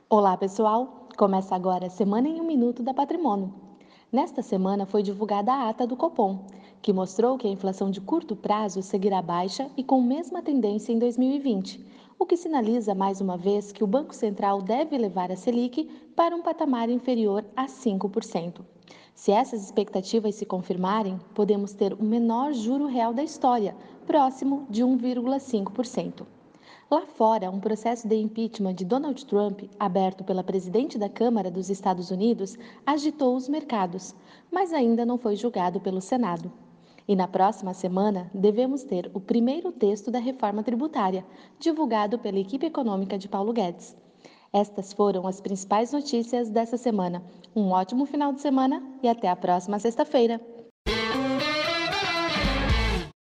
Olá, pessoal! Começa agora a Semana em um Minuto da Patrimônio. Nesta semana foi divulgada a ata do Copom, que mostrou que a inflação de curto prazo seguirá baixa e com mesma tendência em 2020, o que sinaliza mais uma vez que o Banco Central deve levar a Selic para um patamar inferior a 5%. Se essas expectativas se confirmarem, podemos ter o menor juro real da história, próximo de 1,5%. Lá fora, um processo de impeachment de Donald Trump, aberto pela presidente da Câmara dos Estados Unidos, agitou os mercados, mas ainda não foi julgado pelo Senado. E na próxima semana, devemos ter o primeiro texto da reforma tributária, divulgado pela equipe econômica de Paulo Guedes. Estas foram as principais notícias dessa semana. Um ótimo final de semana e até a próxima sexta-feira.